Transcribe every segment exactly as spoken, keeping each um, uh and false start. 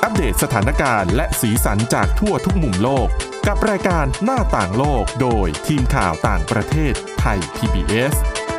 อัปเดตสถานการณ์และสีสันจากทั่วทุกมุมโลกกับรายการหน้าต่างโลกโดยทีมข่าวต่างประเทศไทย พี บี เอส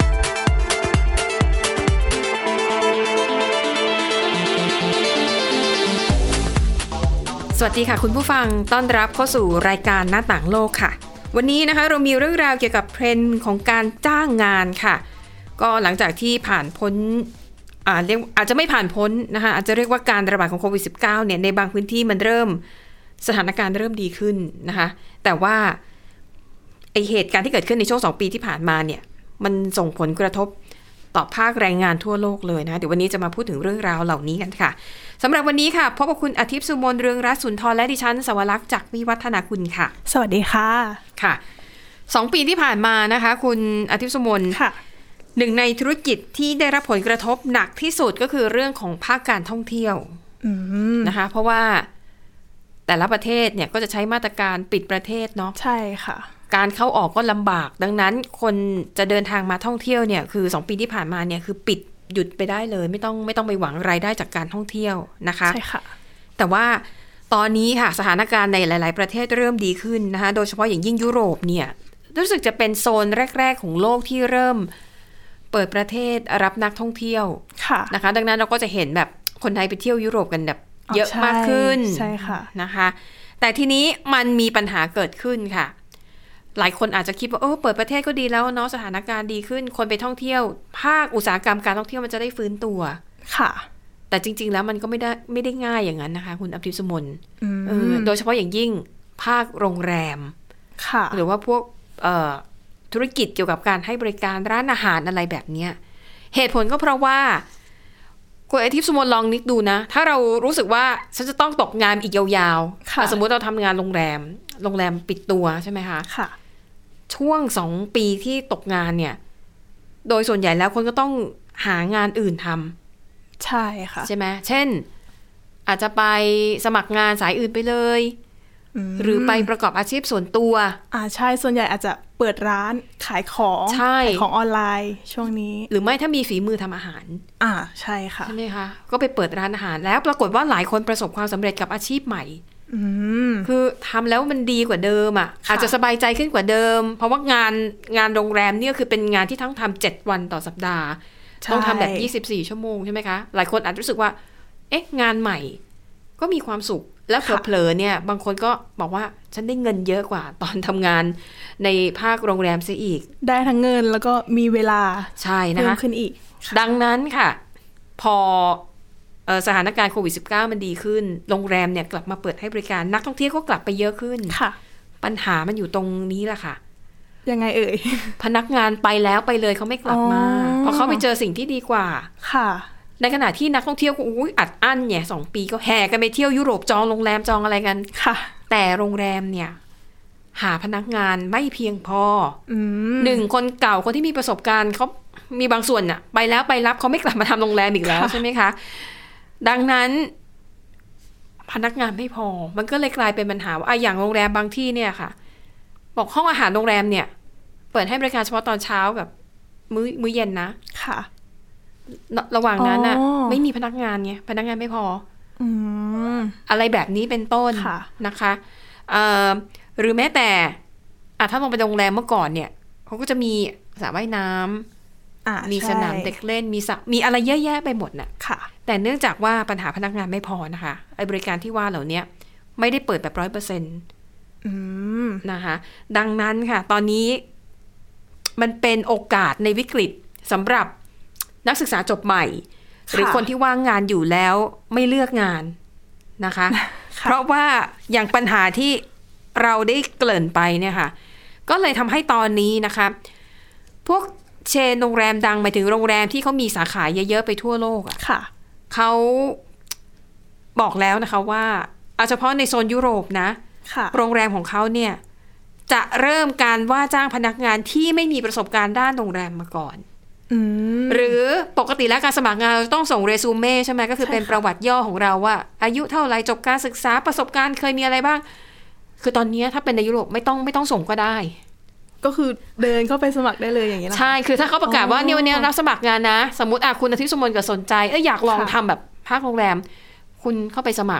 สวัสดีค่ะคุณผู้ฟังต้อนรับเข้าสู่รายการหน้าต่างโลกค่ะวันนี้นะคะเรามีเรื่องราวเกี่ยวกับเทรนด์ของการจ้างงานค่ะก็หลังจากที่ผ่านพ้นอ่าเรียกอาจจะไม่ผ่านพ้นนะคะอาจจะเรียกว่าการระบาดของโควิด สิบเก้า เนี่ยในบางพื้นที่มันเริ่มสถานการณ์เริ่มดีขึ้นนะคะแต่ว่าไอเหตุการณ์ที่เกิดขึ้นในช่วงสองปีที่ผ่านมาเนี่ยมันส่งผลกระทบต่อภาคแรงงานทั่วโลกเลยนะเดี๋ยววันนี้จะมาพูดถึงเรื่องราวเหล่านี้กันค่ะสำหรับวันนี้ค่ะพบกับคุณอาทิตย์สุมนเรืองรัตน์สุนทรและดิฉันสวรักษ์จากวิวัฒนาคุณค่ะสวัสดีค่ะค่ะสองปีที่ผ่านมานะคะคุณอาทิตย์สุมนค่ะหนึ่งในธุรกิจที่ได้รับผลกระทบหนักที่สุดก็คือเรื่องของภาคการท่องเที่ยวนะคะเพราะว่าแต่ละประเทศเนี่ยก็จะใช้มาตรการปิดประเทศเนาะใช่ค่ะการเข้าออกก็ลำบากดังนั้นคนจะเดินทางมาท่องเที่ยวเนี่ยคือสองปีที่ผ่านมาเนี่ยคือปิดหยุดไปได้เลยไม่ต้องไม่ต้องไปหวังรายได้จากการท่องเที่ยวนะคะใช่ค่ะแต่ว่าตอนนี้ค่ะสถานการณ์ในหลายๆประเทศเริ่มดีขึ้นนะคะโดยเฉพาะอย่างยิ่งยุโรปเนี่ยรู้สึกจะเป็นโซนแรกๆของโลกที่เริ่มเปิดประเทศรับนักท่องเที่ยวนะคะดังนั้นเราก็จะเห็นแบบคนไทยไปเที่ยวยุโรปกันแบบเยอะมากขึ้นใช่ค่ะนะคะแต่ทีนี้มันมีปัญหาเกิดขึ้นค่ะหลายคนอาจจะคิดว่าเออเปิดประเทศก็ดีแล้วเนาะสถานการณ์ดีขึ้นคนไปท่องเที่ยวภาคอุตสาหกรรมการท่องเที่ยวมันจะได้ฟื้นตัวค่ะแต่จริงๆแล้วมันก็ไม่ได้ไม่ได้ง่ายอย่างนั้นนะคะคุณอภิสุมนเออโดยเฉพาะอย่างยิ่งภาคโรงแรมค่ะหรือว่าพวกเอ่อธุรกิจเกี่ยวกับการให้บริการร้านอาหารอะไรแบบเนี้ยเหตุผลก็เพราะว่าคุณอาทิตย์สุมนลองนึกดูนะถ้าเรารู้สึกว่าฉันจะต้องตกงานอีกยาวๆสมมุติเราทำงานโรงแรมโรงแรมปิดตัวใช่ไหมคะค่ะช่วงสองปีที่ตกงานเนี่ยโดยส่วนใหญ่แล้วคนก็ต้องหางานอื่นทำใช่ค่ะใช่ไหมเช่นอาจจะไปสมัครงานสายอื่นไปเลยหรือไปประกอบอาชีพส่วนตัวอ่าใช่ส่วนใหญ่อาจจะเปิดร้านขายของขายของออนไลน์ช่วงนี้หรือไม่ถ้ามีฝีมือทำอาหารอ่าใช่ค่ะใช่ไหมคะก็ไปเปิดร้านอาหารแล้วปรากฏว่าหลายคนประสบความสำเร็จกับอาชีพใหม่คือทำแล้วมันดีกว่าเดิมอ่ะอาจจะสบายใจขึ้นกว่าเดิมเพราะว่างานงานโรงแรมนี่ก็คือเป็นงานที่ทั้งทำเจ็ดวันต่อสัปดาห์ต้องทำแบบยี่สิบสี่ชั่วโมงใช่ไหมคะหลายคนอาจจะรู้สึกว่าเอ๊ะงานใหม่ก็มีความสุขแล้วเผลอๆเนี่ยบางคนก็บอกว่าฉันได้เงินเยอะกว่าตอนทำงานในภาคโรงแรมซะอีกได้ทั้งเงินแล้วก็มีเวลาใช่นะคะเพิ่มขึ้นอีกดังนั้นค่ะพอสถานการณ์โควิด สิบเก้า มันดีขึ้นโรงแรมเนี่ยกลับมาเปิดให้บริการนักท่องเที่ยวก็กลับไปเยอะขึ้นค่ะปัญหามันอยู่ตรงนี้แหละค่ะยังไงเอ่ยพนักงานไปแล้วไปเลยเขาไม่กลับมาเพราะเขาไปเจอสิ่งที่ดีกว่าค่ะในขณะที่นักท่องเที่ยวก็อุ้ยอัดอั้นเนี่ยสองปีก็แห่กันไปเที่ยวยุโรปจองโรงแรมจองอะไรกันค่ะแต่โรงแรมเนี่ยหาพนักงานไม่เพียงพอหนึ่งคนเก่าคนที่มีประสบการณ์เขามีบางส่วนน่ะไปแล้วไปรับเขาไม่กลับมาทำโรงแรมอีกแล้วใช่ไหมคะดังนั้นพนักงานไม่พอมันก็เลยกลายเป็นปัญหาว่าอย่างโรงแรมบางที่เนี่ยค่ะบอกห้องอาหารโรงแรมเนี่ยเปิดให้บริการเฉพาะตอนเช้ากับมื้อมื้อเย็นนะค่ะระหว่างนั้นน่ะไม่มีพนักงานไงพนักงานไม่พออืมอะไรแบบนี้เป็นต้นนะคะหรือแม้แต่ถ้าลงไปโรงแรมเมื่อก่อนเนี่ยเขาก็จะมีสระว่ายน้ำมีสนามเด็กเล่นมีมีอะไรเยอะแยะไปหมดน่ะค่ะแต่เนื่องจากว่าปัญหาพนักงานไม่พอนะคะไอ้บริการที่ว่าเหล่านี้ไม่ได้เปิดแบบร้อยเปอร์เซ็นต์นะคะดังนั้นค่ะตอนนี้มันเป็นโอกาสในวิกฤตสำหรับนักศึกษาจบใหม่หรือคนที่ว่างงานอยู่แล้วไม่เลือกงานนะคะ เพราะว่าอย่างปัญหาที่เราได้เกริ่นไปเนี่ยค่ะก็เลยทำให้ตอนนี้นะคะพวกเชนโรงแรมดังหมายถึงโรงแรมที่เขามีสาขาเยอะๆไปทั่วโลกอ่ะเขาบอกแล้วนะคะว่าเอาเฉพาะในโซนยุโรปนะโรงแรมของเขาเนี่ยจะเริ่มการว่าจ้างพนักงานที่ไม่มีประสบการณ์ด้านโรงแรมมาก่อนหรือปกติแล้วการสมัครงานเราต้องส่งเรซูเม่ใช่ไหมก็คือเป็นประวัติย่อของเราว่าอายุเท่าไรจบการศึกษาประสบการณ์เคยมีอะไรบ้างคือตอนนี้ถ้าเป็นในยุโรปไม่ต้องไม่ต้องส่งก็ได้ก็คือเดินเข้าไปสมัครได้เลยอย่างนี้นะใช่คือถ้าเขาประกาศว่าเนี่ยวันนี้รับสมัครงานนะสมมติอ่ะคุณอาทิตย์สมนต์ก็สนใจเอ้ยอยากลองทำแบบภาคโรงแรมคุณเข้าไปสมัคร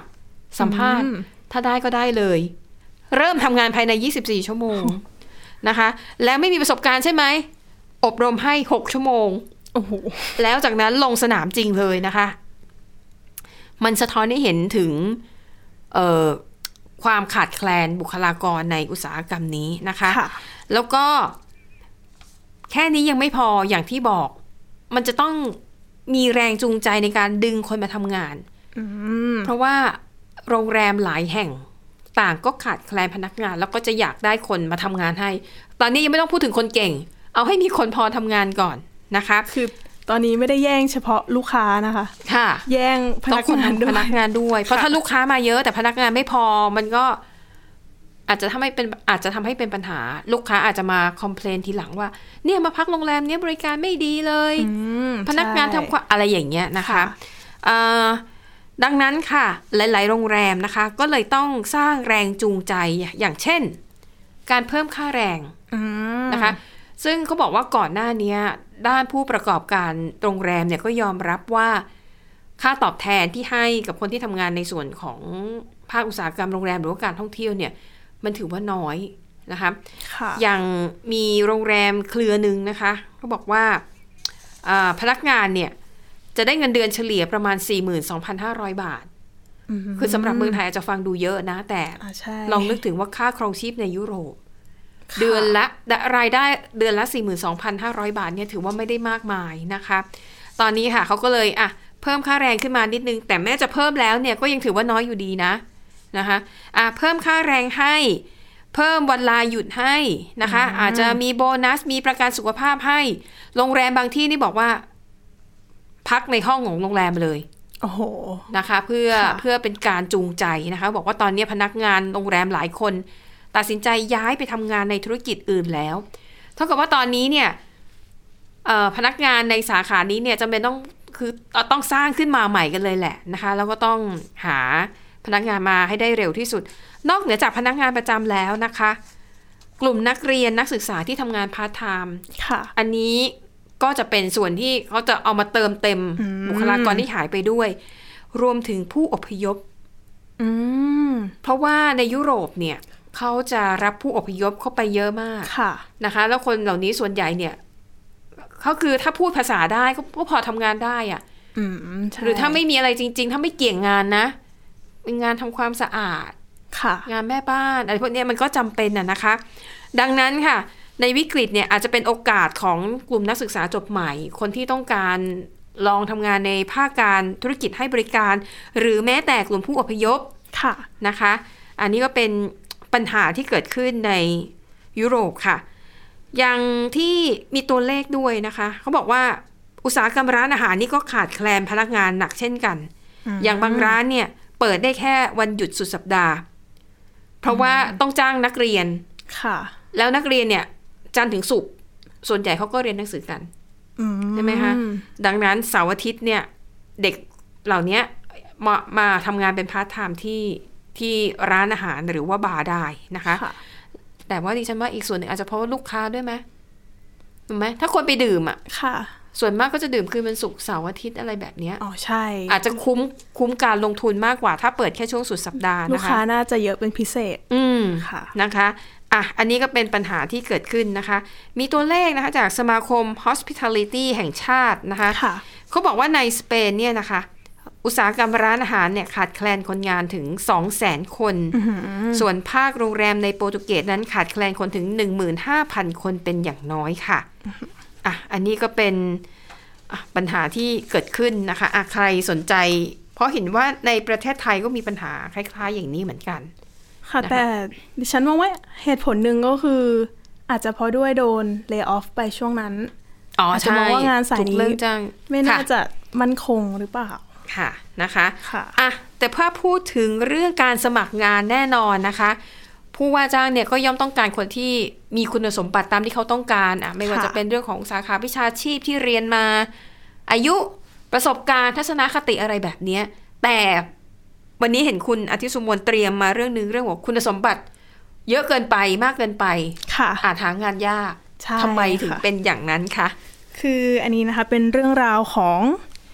สัมภาษณ์ถ้าได้ก็ได้เลยเริ่มทำงานภายในยี่สิบสี่ชั่วโมงนะคะแล้วไม่มีประสบการณ์ใช่ไหมอบรมให้หกชั่วโมงโอ้โหแล้วจากนั้นลงสนามจริงเลยนะคะมันสะท้อนให้เห็นถึงเอ่อความขาดแคลนบุคลากรในอุตสาหกรรมนี้นะคะแล้วก็แค่นี้ยังไม่พออย่างที่บอกมันจะต้องมีแรงจูงใจในการดึงคนมาทำงานเพราะว่าโรงแรมหลายแห่งต่างก็ขาดแคลนพนักงานแล้วก็จะอยากได้คนมาทำงานให้ตอนนี้ยังไม่ต้องพูดถึงคนเก่งเอาให้มีคนพอทำงานก่อนนะคะคือตอนนี้ไม่ได้แย่งเฉพาะลูกค้านะคะค่ะแย่งพนักงานด้วยพนักงานด้วยเพราะถ้าลูกค้ามาเยอะแต่พนักงานไม่พอมันก็อาจจะทำให้เป็นอาจจะทำให้เป็นปัญหาลูกค้าอาจจะมาคอมเพลนทีหลังว่าเนี่ยมาพักโรงแรมเนี้ยบริการไม่ดีเลยพนักงานทำความอะไรอย่างเงี้ยนะคะดังนั้นค่ะหลายๆโรงแรมนะคะก็เลยต้องสร้างแรงจูงใจอย่างเช่นการเพิ่มค่าแรงนะคะซึ่งเขาบอกว่าก่อนหน้านี้ด้านผู้ประกอบการโรงแรมเนี่ยก็ยอมรับว่าค่าตอบแทนที่ให้กับคนที่ทำงานในส่วนของภาคอุตสาหกรรมโรงแรมหรือว่าการท่องเที่ยวเนี่ยมันถือว่าน้อยนะคะอย่างมีโรงแรมเครือหนึ่งนะคะเขาบอกว่าพนักงานเนี่ยจะได้เงินเดือนเฉลี่ยประมาณ สี่หมื่นสองพันห้าร้อย บาทคือสำหรับเมืองไทยอาจจะฟังดูเยอะนะแต่ลองนึกถึงว่าค่าครองชีพในยุโรปเดือนละรายได้เดือนละ สี่หมื่นสองพันห้าร้อย บาทเนี่ยถือว่าไม่ได้มากมายนะคะตอนนี้ค่ะเขาก็เลยอ่ะเพิ่มค่าแรงขึ้นมานิดนึงแต่แม้จะเพิ่มแล้วเนี่ยก็ยังถือว่าน้อยอยู่ดีนะนะคะอ่ะเพิ่มค่าแรงให้เพิ่มวันลาหยุดให้นะคะอาจจะมีโบนัสมีประกันสุขภาพให้โรงแรมบางที่นี่บอกว่าพักในห้องของโรงแรมเลยโอ้โหนะคะเพื่อเพื่อเป็นการจูงใจนะคะบอกว่าตอนนี้พนักงานโรงแรมหลายคนตัดสินใจย้ายไปทำงานในธุรกิจอื่นแล้วเท่ากับว่าตอนนี้เนี่ยพนักงานในสาขานี้เนี่ยจำเป็นต้องคือต้องสร้างขึ้นมาใหม่กันเลยแหละนะคะแล้วก็ต้องหาพนักงานมาให้ได้เร็วที่สุดนอกเหนือจากพนักงานประจำแล้วนะคะกลุ่มนักเรียนนักศึกษาที่ทำงานพาร์ทไทม์อันนี้ก็จะเป็นส่วนที่เขาจะเอามาเติมเต็มบุคลากรที่หายไปด้วยรวมถึงผู้อพยพเพราะว่าในยุโรปเนี่ยเขาจะรับผู้อพยพเข้าไปเยอะมากนะคะแล้วคนเหล่านี้ส่วนใหญ่เนี่ยเขาคือถ้าพูดภาษาได้ก็พอทำงานได้อะหรือถ้าไม่มีอะไรจริงๆถ้าไม่เกี่ยงงานนะเป็นงานทำความสะอาดงานแม่บ้านอะไรพวกนี้มันก็จำเป็นน่ะนะคะดังนั้นค่ะในวิกฤตเนี่ยอาจจะเป็นโอกาสของกลุ่มนักศึกษาจบใหม่คนที่ต้องการลองทำงานในภาคการธุรกิจให้บริการหรือแม้แต่กลุ่มผู้อพยพนะคะอันนี้ก็เป็นปัญหาที่เกิดขึ้นในยุโรปค่ะอย่างที่มีตัวเลขด้วยนะคะเขาบอกว่าอุตสาหกรรมร้านอาหารนี่ก็ขาดแคลนพนักงานหนักเช่นกันอย่างบางร้านเนี่ยเปิดได้แค่วันหยุดสุดสัปดาห์เพราะว่าต้องจ้างนักเรียนค่ะแล้วนักเรียนเนี่ยจันทร์ถึงศุกร์ส่วนใหญ่เขาก็เรียนหนังสือกันใช่ไหมคะดังนั้นเสาร์อาทิตย์เนี่ยเด็กเหล่านี้มามาทำงานเป็นพาร์ทไทม์ที่ที่ร้านอาหารหรือว่าบาร์ได้นะคะแต่ว่าดิฉันว่าอีกส่วนหนึ่งอาจจะเพราะว่าลูกค้าด้วยไหมถูกไหมถ้าคนไปดื่มอ่ะส่วนมากก็จะดื่มคืนวันศุกร์เสาร์อาทิตย์อะไรแบบนี้อ๋อใช่อาจจะคุ้มคุ้มการลงทุนมากกว่าถ้าเปิดแค่ช่วงสุดสัปดาห์นะคะลูกค้าน่าจะเยอะเป็นพิเศษอืมค่ะนะคะอ่ะอันนี้ก็เป็นปัญหาที่เกิดขึ้นนะคะมีตัวเลขนะคะจากสมาคม Hospitality แห่งชาตินะคะเขาบอกว่าในสเปนเนี่ยนะคะอุตสาหกรรมร้านอาหารเนี่ยขาดแคลนคนงานถึง สองแสน คน ส่วนภาคโรงแรมในโปรตุเกสนั้นขาดแคลนคนถึง หนึ่งหมื่นห้าพัน คนเป็นอย่างน้อยค่ะอ่ะอันนี้ก็เป็นปัญหาที่เกิดขึ้นนะคะอ่ะใครสนใจเพราะเห็นว่าในประเทศไทยก็มีปัญหาคล้ายๆอย่างนี้เหมือนกันค่ะแต่ดิฉันมองว่าเหตุผลหนึ่งก็คืออาจจะเพราะด้วยโดนเลย์ออฟไปช่วงนั้นอ๋ออาจจะมองว่างานสายนี้ไม่น่าจะมั่นคงหรือเปล่าค่ะนะคะอ่ะแต่พอพูดถึงเรื่องการสมัครงานแน่นอนนะคะผู้ว่าจ้างเนี่ยก็ย่อมต้องการคนที่มีคุณสมบัติตามที่เขาต้องการอ่ะไม่ว่าจะเป็นเรื่องของสาขาวิชาชีพที่เรียนมาอายุประสบการณ์ทัศนคติอะไรแบบนี้แต่วันนี้เห็นคุณอาทิตย์สุมนเตรียมมาเรื่องนึงเรื่องของคุณสมบัติเยอะเกินไปมากเกินไปอาจหางานยากทำไมถึงเป็นอย่างนั้นคะคืออันนี้นะคะเป็นเรื่องราวของ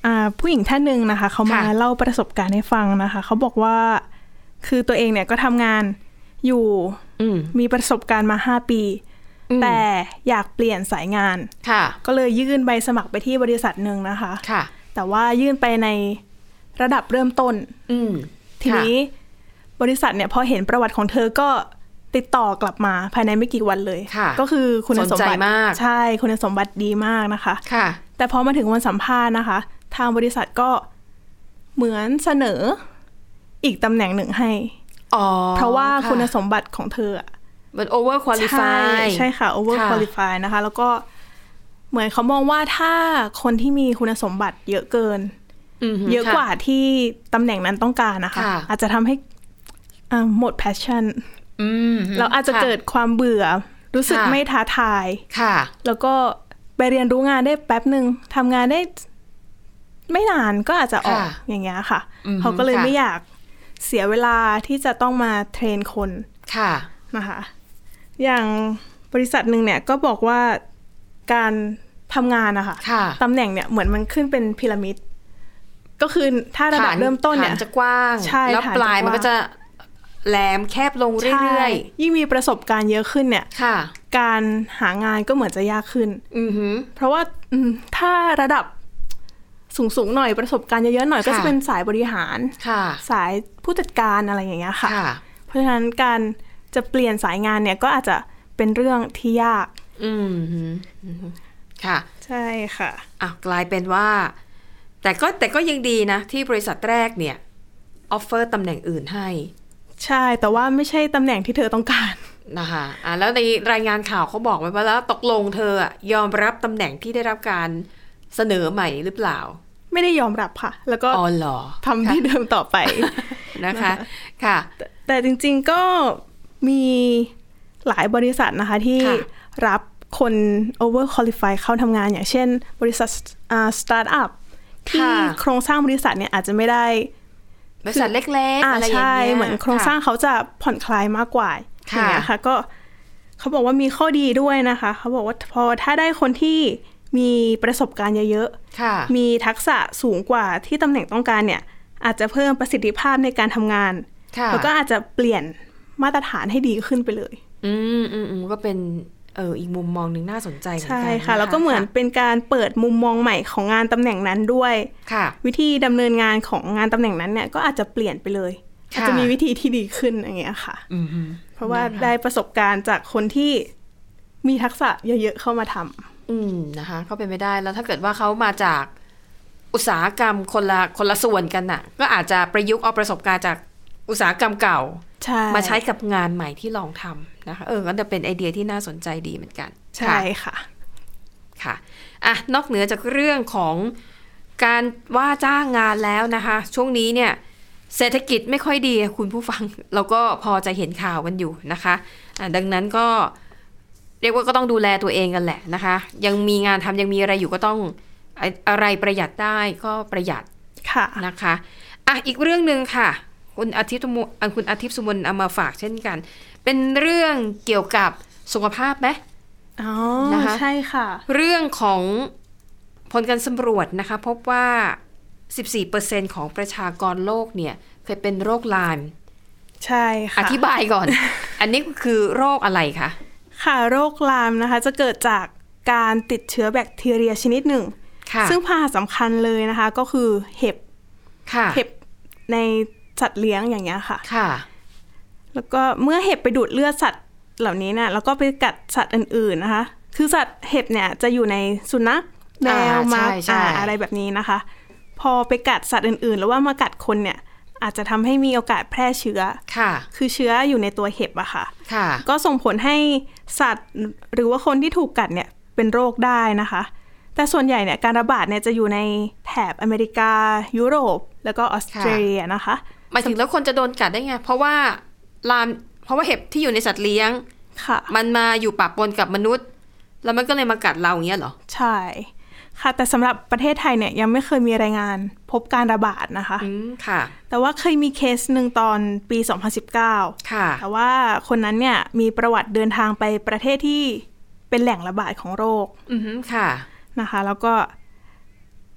ผู้หญิงท่านหนึ่งนะคะเขามาเล่าประสบการณ์ให้ฟังนะคะเขาบอกว่าคือตัวเองเนี่ยก็ทำงานอยู่มีประสบการณ์มาห้าปีแต่อยากเปลี่ยนสายงานก็เลยยื่นใบสมัครไปที่บริษัทหนึ่งนะคะแต่ว่ายื่นไปในระดับเริ่มต้นทีนี้บริษัทเนี่ยพอเห็นประวัติของเธอก็ติดต่อกลับมาภายในไม่กี่วันเลยก็คือคุณสมบัติใช่คุณสมบัติดีมากนะคะแต่พอมาถึงวันสัมภาษณ์นะคะทางบริษัทก็เหมือนเสนออีกตำแหน่งหนึ่งให้เพราะว่าคุณสมบัติของเธอมัน over qualify ใช่ค่ะ over qualify นะคะแล้วก็เหมือนเขามองว่าถ้าคนที่มีคุณสมบัติเยอะเกินเยอะกว่าที่ตำแหน่งนั้นต้องการนะคะอาจจะทำให้หมด passion แล้วอาจจะเกิดความเบื่อรู้สึกไม่ท้าทายแล้วก็ไปเรียนรู้งานได้แป๊บหนึ่งทำงานได้ไม่นานก็อาจจะออกอย่างเงี้ยค่ะเขาก็เลยไม่อยากเสียเวลาที่จะต้องมาเทรนคนนะคะอย่างบริษัทหนึ่งเนี่ยก็บอกว่าการทำงานนะคะตำแหน่งเนี่ยเหมือนมันขึ้นเป็นพีระมิดก็คือถ้าระดับเริ่มต้นเนี่ยจะกว้างแล้วปลายมันก็จะแหลมแคบลงเรื่อยๆยิ่งมีประสบการณ์เยอะขึ้นเนี่ยการหางานก็เหมือนจะยากขึ้นเพราะว่าถ้าระดับสูงๆหน่อยประสบการณ์เยอะๆหน่อยก็จะเป็นสายบริหารสายผู้จัดการอะไรอย่างเงี้ยค่ะเพราะฉะนั้นการจะเปลี่ยนสายงานเนี่ยก็อาจจะเป็นเรื่องที่ยากอืมค่ะใช่ค่ะอ่ะกลายเป็นว่าแต่ก็แต่ก็ยังดีนะที่บริษัทแรกเนี่ยออฟเฟอร์ตำแหน่งอื่นให้ใช่แต่ว่าไม่ใช่ตำแหน่งที่เธอต้องการนะคะอ่ะแล้วในรายงานข่าวเขาบอกไว้ว่าแล้วตกลงเธอยอมรับตำแหน่งที่ได้รับการเสนอใหม่หรือเปล่าไม่ได้ยอมรับค่ะแล้วก็อ๋อเหรอทำที่เดิมต่อไปนะคะค่ะแต่จริงๆก็มีหลายบริษัทนะคะที่รับคน over qualify เข้าทำงานอย่างเช่นบริษัทอ่า startup ที่โครงสร้างบริษัทเนี่ยอาจจะไม่ได้บริษัทเล็กๆอะไรอย่างเงี้ยเหมือนโครงสร้างเขาจะผ่อนคลายมากกว่าอย่างเงี้ยค่ะก็เขาบอกว่ามีข้อดีด้วยนะคะเขาบอกว่าพอถ้าได้คนที่มีประสบการณ์เยอะๆมีทักษะสูงกว่าที่ตำแหน่งต้องการเนี่ยอาจจะเพิ่มประสิทธิภาพในการทำงานแล้วก็อาจจะเปลี่ยนมาตรฐานให้ดีขึ้นไปเลยอืมอืมอืมก็เป็นเอออีกมุมมองหนึ่งน่าสนใจเหมือนกันใช่ค่ะแล้วก็เหมือนเป็นการเปิดมุมมองใหม่ของงานตำแหน่งนั้นด้วยวิธีดำเนินงานของงานตำแหน่งนั้นเนี่ยก็อาจจะเปลี่ยนไปเลยอาจจะมีวิธีที่ดีขึ้นอย่างเงี้ยค่ะเพราะว่าได้ประสบการณ์จากคนที่มีทักษะเยอะๆเข้ามาทำอืมนะคะก็เป็นไม่ได้แล้วถ้าเกิดว่าเขามาจากอุตสาหกรรมคนละคนละส่วนกันน่ะก็อาจจะประยุกต์เอาประสบการณ์จากอุตสาหกรรมเก่ามาใช้กับงานใหม่ที่ลองทำนะคะเออก็จะเป็นไอเดียที่น่าสนใจดีเหมือนกันใช่ค่ะค่ะอ่ะนอกเหนือจากเรื่องของการว่าจ้างงานแล้วนะคะช่วงนี้เนี่ยเศรษฐกิจไม่ค่อยดีคุณผู้ฟังเราก็พอจะเห็นข่าวกันอยู่นะคะอ่ะดังนั้นก็เรียกว่าก็ต้องดูแลตัวเองกันแหละนะคะยังมีงานทำยังมีอะไรอยู่ก็ต้องอะไรประหยัดได้ก็ประหยัดค่ะนะคะอ่ะอีกเรื่องนึงค่ะคุณอาทิตย์คุณอาทิตย์สุมนเอามาฝากเช่นกันเป็นเรื่องเกี่ยวกับสุขภาพไหมอ๋อนะคะใช่ค่ะเรื่องของผลการสำรวจนะคะพบว่า สิบสี่เปอร์เซ็นต์ ของประชากรโลกเนี่ยเคยเป็นโรคลามใช่ค่ะอธิบายก่อน อันนี้คือโรคอะไรคะค่ะโรคลามนะคะจะเกิดจากการติดเชื้อแบคทีเรียชนิดหนึ่งซึ่งพาหะสำคัญเลยนะคะก็คือเห็บเห็บในสัตว์เลี้ยงอย่างเงี้ยค่ะค่ะแล้วก็เมื่อเห็บไปดูดเลือดสัตว์เหล่านี้นะแล้วก็ไปกัดสัตว์อื่นๆนะคะคือสัตว์เห็บเนี่ยจะอยู่ในสุนัขแมวม้าอะไรแบบนี้นะคะพอไปกัดสัตว์อื่นๆหรือว่ามากัดคนเนี่ยอาจจะทำให้มีโอกาสแพร่เชื้อค่ะคือเชื้ออยู่ในตัวเห็บอะค่ะค่ะก็ส่งผลให้สัตว์หรือว่าคนที่ถูกกัดเนี่ยเป็นโรคได้นะคะแต่ส่วนใหญ่เนี่ยการระบาดเนี่ยจะอยู่ในแถบอเมริกายุโรปแล้วก็ออสเตรเลียนะคะหมายถึงแล้วคนจะโดนกัดได้ไงเพราะว่าลามเพราะว่าเห็บที่อยู่ในสัตว์เลี้ยงค่ะมันมาอยู่ปะปนกับมนุษย์แล้วมันก็เลยมากัดเราอย่างเงี้ยเหรอใช่ค่ะแต่สำหรับประเทศไทยเนี่ยยังไม่เคยมีรายงานพบการระบาดนะคะอืมค่ะแต่ว่าเคยมีเคสหนึ่งตอนปีสองพันสิบเก้าค่ะแต่ว่าคนนั้นเนี่ยมีประวัติเดินทางไปประเทศที่เป็นแหล่งระบาดของโรคอือค่ะนะคะแล้วก็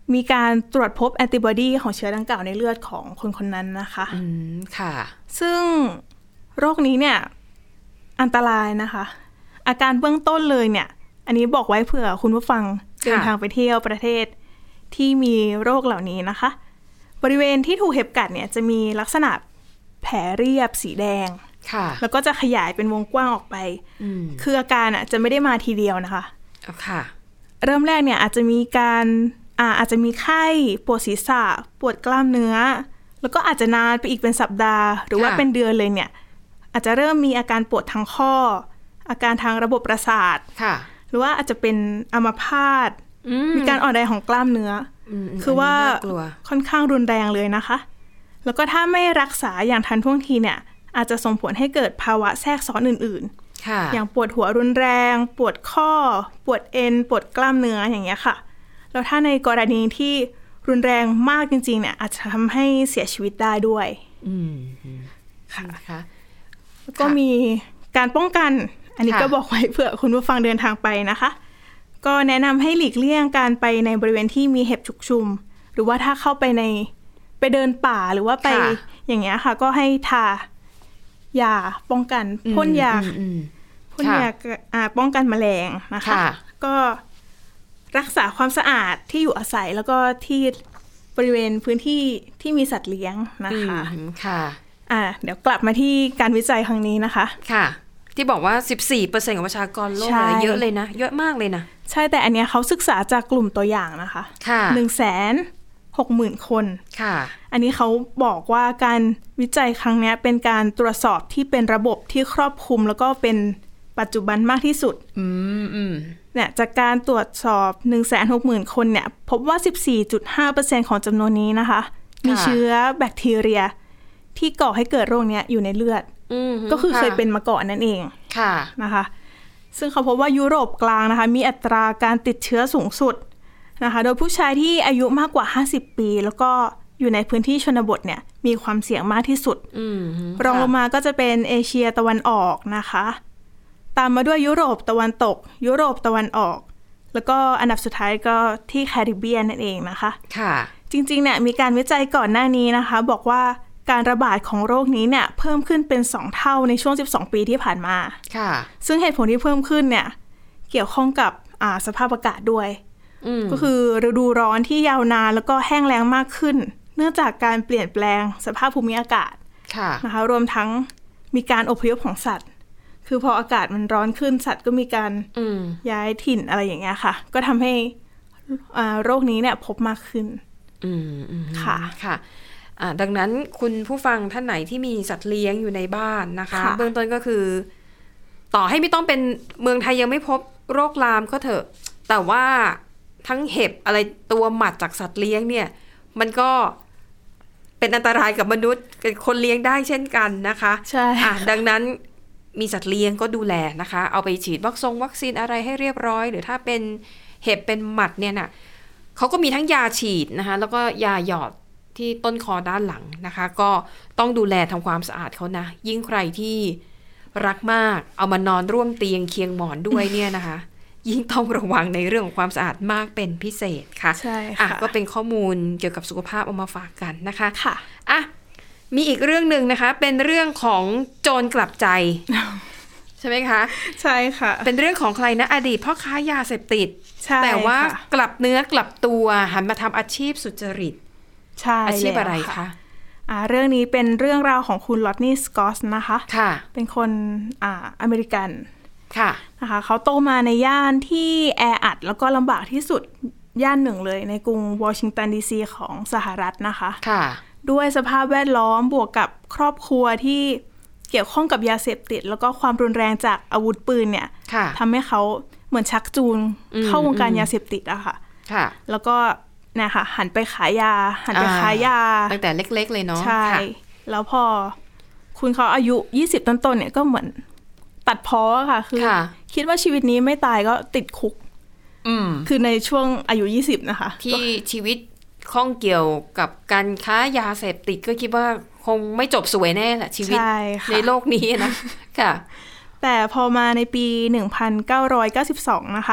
มีการตรวจพบแอนติบอดีของเชื้อดังกล่าวในเลือดของคนคนนั้นนะคะอืมค่ะซึ่งโรคนี้เนี่ยอันตรายนะคะอาการเบื้องต้นเลยเนี่ยอันนี้บอกไว้เผื่อคุณผู้ฟังเดินทางไปเที่ยวประเทศที่มีโรคเหล่านี้นะคะบริเวณที่ถูกเห็บกัดเนี่ยจะมีลักษณะแผลเรียบสีแดงแล้วก็จะขยายเป็นวงกว้างออกไปคืออาการอ่ะจะไม่ได้มาทีเดียวนะคะค่ะเริ่มแรกเนี่ยอาจจะมีการอ่าอาจจะมีไข้ปวดศีรษะปวดกล้ามเนื้อแล้วก็อาจจะนานไปอีกเป็นสัปดาห์หรือว่าเป็นเดือนเลยเนี่ยอาจจะเริ่มมีอาการปวดทางข้ออาการทางระบบประสาทหรือว่าอาจจะเป็นอัมพาตมีการอ่อนแรงของกล้ามเนื้อคือว่าค่อนข้างรุนแรงเลยนะคะแล้วก็ถ้าไม่รักษาอย่างทันท่วงทีเนี่ยอาจจะส่งผลให้เกิดภาวะแทรกซ้อนอื่นๆอย่างปวดหัวรุนแรงปวดข้อปวดเอ็นปวดกล้ามเนื้ออย่างเงี้ยค่ะแล้วถ้าในกรณีที่รุนแรงมากจริงๆเนี่ยอาจจะทำให้เสียชีวิตได้ด้วยอืมค่ะแล้วก็มีการป้องกันอันนี้ก็บอกไว้เผื่อคุณผู้ฟังเดินทางไปนะคะก็แนะนำให้หลีกเลี่ยงการไปในบริเวณที่มีเห็บชุกชุมหรือว่าถ้าเข้าไปในไปเดินป่าหรือว่าไปอย่างเงี้ยค่ะก็ให้ทายาป้องกันพ่นยาพ่นยาป้องกันแมลงนะคะก็รักษาความสะอาดที่อยู่อาศัยแล้วก็ที่บริเวณพื้นที่ที่มีสัตว์เลี้ยงนะคะค่ะอ่าเดี๋ยวกลับมาที่การวิจัยครั้งนี้นะคะค่ะที่บอกว่า สิบสี่เปอร์เซ็นต์ ของประชากรโลกเยอะเลยนะเยอะมากเลยนะใช่แต่อันเนี้ยเขาศึกษาจากกลุ่มตัวอย่างนะคะค่ะหนึ่งแสนหกหมื่น คนค่ะอันนี้เขาบอกว่าการวิจัยครั้งนี้เป็นการตรวจสอบที่เป็นระบบที่ครอบคลุมแล้วก็เป็นปัจจุบันมากที่สุดอืมอืมเนี่ยจากการตรวจสอบ หนึ่งแสนหกหมื่น คนเนี่ยพบว่า สิบสี่จุดห้าเปอร์เซ็นต์ ของจำนวนนี้นะคะมีเชื้อแบคทีเรียที่ก่อให้เกิดโรคนี้อยู่ในเลือดก็คือเคยเป็นมาก่อนนั่นเองค่ะนะคะซึ่งเขาพบว่ายุโรปกลางนะคะมีอัตราการติดเชื้อสูงสุดนะคะโดยผู้ชายที่อายุมากกว่าห้าสิบปีแล้วก็อยู่ในพื้นที่ชนบทเนี่ยมีความเสี่ยงมากที่สุดรองลงมาก็จะเป็นเอเชียตะวันออกนะคะตามมาด้วยยุโรปตะวันตกยุโรปตะวันออกแล้วก็อันดับสุดท้ายก็ที่แคริบเบียนนั่นเองนะคะค่ะจริงๆเนี่ยมีการวิจัยก่อนหน้านี้นะคะบอกว่าการระบาดของโรคนี้เนี่ยเพิ่มขึ้นเป็นสองเท่าในช่วงสิบสองปีที่ผ่านมาค่ะซึ่งเหตุผลที่เพิ่มขึ้นเนี่ยเกี่ยวข้องกับอ่าสภาพอากาศด้วยก็คือฤดูร้อนที่ยาวนานแล้วก็แห้งแล้งมากขึ้นเนื่องจากการเปลี่ยนแปลงสภาพภูมิอากาศนะคะรวมทั้งมีการอพยพของสัตว์คือพออากาศมันร้อนขึ้นสัตว์ก็มีการย้ายถิ่นอะไรอย่างเงี้ยค่ะก็ทำให้โรคนี้เนี่ยพบมากขึ้นค่ะค่ะดังนั้นคุณผู้ฟังท่านไหนที่มีสัตว์เลี้ยงอยู่ในบ้านนะคะเบื้องต้นก็คือต่อให้ไม่ต้องเป็นเมืองไทยยังไม่พบโรคลามก็เถอะแต่ว่าทั้งเห็บอะไรตัวหมัดจากสัตว์เลี้ยงเนี่ยมันก็เป็นอันตรายกับมนุษย์กับคนเลี้ยงได้เช่นกันนะคะใช่อ่ะดังนั้นมีสัตว์เลี้ยงก็ดูแลนะคะเอาไปฉีดวัคซีนวัคซีนอะไรให้เรียบร้อยหรือถ้าเป็นเห็บเป็นหมัดเนี่ยนะเขาก็มีทั้งยาฉีดนะคะแล้วก็ยาหยอดที่ต้นคอด้านหลังนะคะก็ต้องดูแลทำความสะอาดเขานะยิ่งใครที่รักมากเอามานอนร่วมเตียงเคียงหมอนด้วยเนี่ยนะคะยิ่งต้องระวังในเรื่องของความสะอาดมากเป็นพิเศษค่ะใช่ค่ะก็เป็นข้อมูลเกี่ยวกับสุขภาพเอามาฝากกันนะคะค่ะอ่ะมีอีกเรื่องนึงนะคะเป็นเรื่องของโจรกลับใจ ใช่ไหมคะใช่ค่ะเป็นเรื่องของใครนะอดีตพ่อค้ายาเสพติดแต่ว่ากลับเนื้อกลับตัวหันมาทำอาชีพสุจริตใช่อาชีพอะไรคะอ่าเรื่องนี้เป็นเรื่องราวของคุณลอตนี่สกอตส์นะคะค่ะเป็นคนอ่าอเมริกันค่ะนะคะเขาโตมาในย่านที่แออัดแล้วก็ลำบากที่สุดย่านหนึ่งเลยในกรุงวอชิงตันดีซีของสหรัฐนะคะค่ะด้วยสภาพแวดล้อมบวกกับครอบครัวที่เกี่ยวข้องกับยาเสพติดแล้วก็ความรุนแรงจากอาวุธปืนเนี่ยทำให้เขาเหมือนชักจูงเข้าวงการยาเสพติดอะค่ะค่ะแล้วก็นะคะหันไปขายยาหันไปขายยาตั้งแต่เล็กๆเลยเนาะใช่แล้วพอคุณเขาอายุยี่สิบต้นๆเนี่ยก็เหมือนตัดพ้อค่ะคือคิดว่าชีวิตนี้ไม่ตายก็ติดคุกคือในช่วงอายุยี่สิบนะคะที่ชีวิตข้องเกี่ยวกับการค้ายาเสพติดก็คิดว่าคงไม่จบสวยแน่แหละชีวิตใ, ในโลกนี้นะค่ะแต่พอมาในปีหนึ่งพันเก้าร้อยเก้าสิบสองนะคะ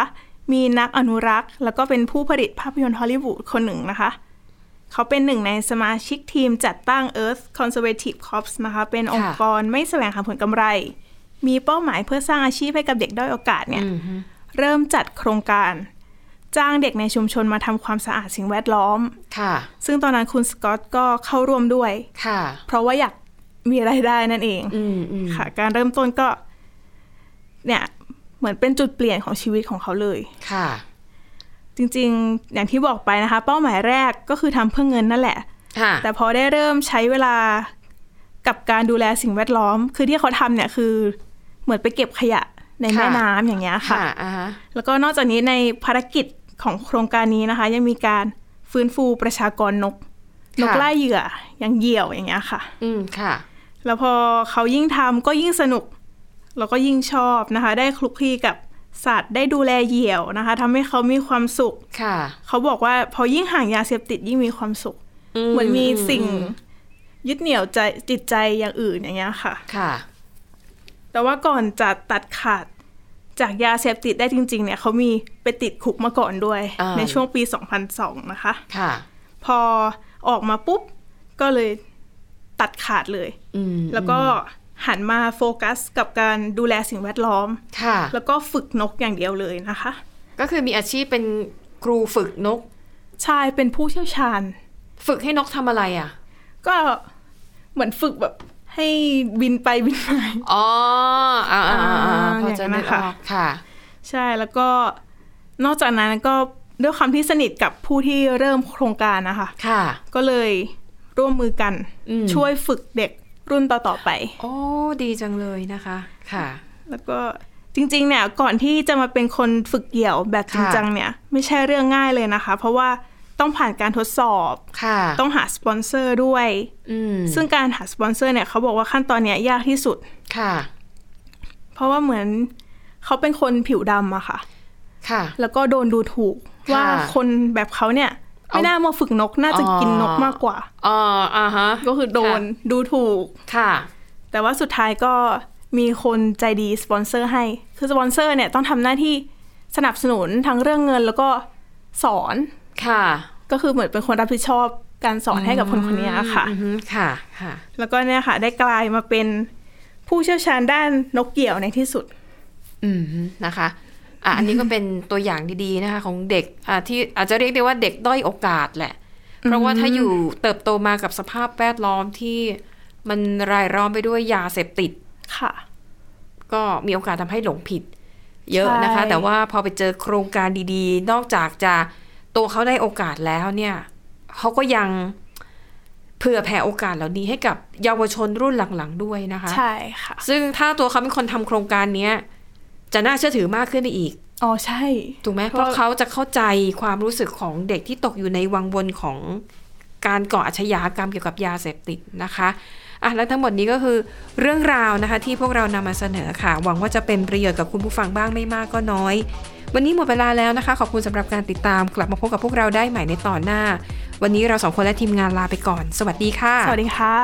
มีนักอนุรักษ์แล้วก็เป็นผู้ผลิตภาพยนตร์ฮอลลีวูดคนหนึ่งนะคะเขาเป็นหนึ่งในสมาชิกทีมจัดตั้ง Earth Conservative Corps นะคะเป็นองค์กรไม่แสวงหาผลกำไรมีเป้าหมายเพื่อสร้างอาชีพให้กับเด็กด้อยโอกาสเนี่ย mm-hmm. เริ่มจัดโครงการจ้างเด็กในชุมชนมาทำความสะอาดสิ่งแวดล้อมค่ะซึ่งตอนนั้นคุณสกอตก็เข้าร่วมด้วยค่ะเพราะว่าอยากมีรายได้นั่นเองค่ะการเริ่มต้นก็เนี่ยเหมือนเป็นจุดเปลี่ยนของชีวิตของเขาเลยค่ะจริงๆอย่างที่บอกไปนะคะเป้าหมายแรกก็คือทำเพื่อเงินนั่นแหละแต่พอได้เริ่มใช้เวลากับการดูแลสิ่งแวดล้อมคือที่เขาทำเนี่ยคือเหมือนไปเก็บขยะในแม่น้ำอย่างเงี้ยค่ะแล้วก็นอกจากนี้ในภารกิจของโครงการนี้นะคะยังมีการฟื้นฟูประชากรนกนกล่าเหยื่ออย่างเหยี่ยวอย่างเงี้ยค่ะอืมค่ะแล้วพอเขายิ่งทำก็ยิ่งสนุกแล้วก็ยิ่งชอบนะคะได้คลุกคลีกับสัตว์ได้ดูแลเหยี่ยวนะคะทำให้เขามีความสุขค่ะเขาบอกว่าพอยิ่งห่างยาเสพติดยิ่งมีความสุขเหมือนมีสิ่งยึดเหนี่ยวใจจิตใจอย่างอื่นอย่างเงี้ยค่ะค่ะแต่ว่าก่อนจะตัดขาดจากยาเสพติดได้จริงๆเนี่ยเขามีไปติดคุกมาก่อนด้วยในช่วงปีสองพันสองนะคะค่ะพอออกมาปุ๊บก็เลยตัดขาดเลยแล้วก็หันมาโฟกัสกับการดูแลสิ่งแวดล้อมค่ะแล้วก็ฝึกนกอย่างเดียวเลยนะคะก็คือมีอาชีพเป็นครูฝึกนกใช่เป็นผู้เชี่ยวชาญฝึกให้นกทำอะไรอ่ะก็เหมือนฝึกแบบให้บินไปบินมาอ๋ออ่าๆๆพอจะนึกออกค่ะใช่แล้วก็นอกจากนั้นก็ด้วยความที่สนิทกับผู้ที่เริ่มโครงการนะคะค่ะก็เลยร่วมมือกันช่วยฝึกเด็กรุ่นต่อๆไปโอ้ดีจังเลยนะคะค่ะแล้วก็จริงๆเนี่ยก่อนที่จะมาเป็นคนฝึกเหยี่ยวแบบจริงจังเนี่ยไม่ใช่เรื่องง่ายเลยนะคะเพราะว่าต้องผ่านการทดสอบต้องหาสปอนเซอร์ด้วยซึ่งการหาสปอนเซอร์เนี่ยเขาบอกว่าขั้นตอนเนี้ยยากที่สุดค่ะเพราะว่าเหมือนเขาเป็นคนผิวดำอะค่ะค่ะแล้วก็โดนดูถูกว่าคนแบบเขาเนี่ยไม่น่ามาฝึกนกน่าจะกินนกมากกว่าอ๋ออ่าฮะก็คือโดนดูถูกค่ะแต่ว่าสุดท้ายก็มีคนใจดีสปอนเซอร์ให้คือสปอนเซอร์เนี่ยต้องทำหน้าที่สนับสนุนทั้งเรื่องเงินแล้วก็สอนค่ะก็คือเหมือนเป็นคนรับผิดชอบการสอนให้กับคนคนนี้ค่ะค่ะค่ะแล้วก็เนี่ยค่ะได้กลายมาเป็นผู้เชี่ยวชาญด้านนกเหยี่ยวในที่สุดอืมนะคะอ่ะอันนี้ก็เป็นตัวอย่างดีๆนะคะของเด็กอ่ะที่อาจจะเรียกได้ว่าเด็กด้อยโอกาสแหละเพราะว่าถ้าอยู่เติบโตมากับสภาพแวดล้อมที่มันรายล้อมไปด้วยยาเสพติดค่ะก็มีโอกาสทำให้หลงผิดเยอะนะคะแต่ว่าพอไปเจอโครงการดีๆนอกจากจะตัวเขาได้โอกาสแล้วเนี่ยเขาก็ยังเผื่อแผ่โอกาสเหล่านี้ให้กับเยาวชนรุ่นหลังๆด้วยนะคะใช่ค่ะซึ่งถ้าตัวเขาเป็นคนทำโครงการนี้จะน่าเชื่อถือมากขึ้นไปอีกอ๋อใช่ถูกไหมเพราะเขาจะเข้าใจความรู้สึกของเด็กที่ตกอยู่ในวังวนของการก่ออาชญากรรมเกี่ยวกับยาเสพติดนะคะอ่ะและทั้งหมดนี้ก็คือเรื่องราวนะคะที่พวกเรานำมาเสนอค่ะหวังว่าจะเป็นประโยชน์กับคุณผู้ฟังบ้างไม่มากก็น้อยวันนี้หมดเวลาแล้วนะคะขอบคุณสำหรับการติดตามกลับมาพบกับพวกเราได้ใหม่ในตอนหน้าวันนี้เราสองคนและทีมงานลาไปก่อนสวัสดีค่ะสวัสดีค่ะ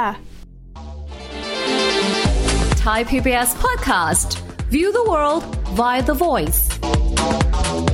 Thai พี บี เอส Podcast View the world via the voice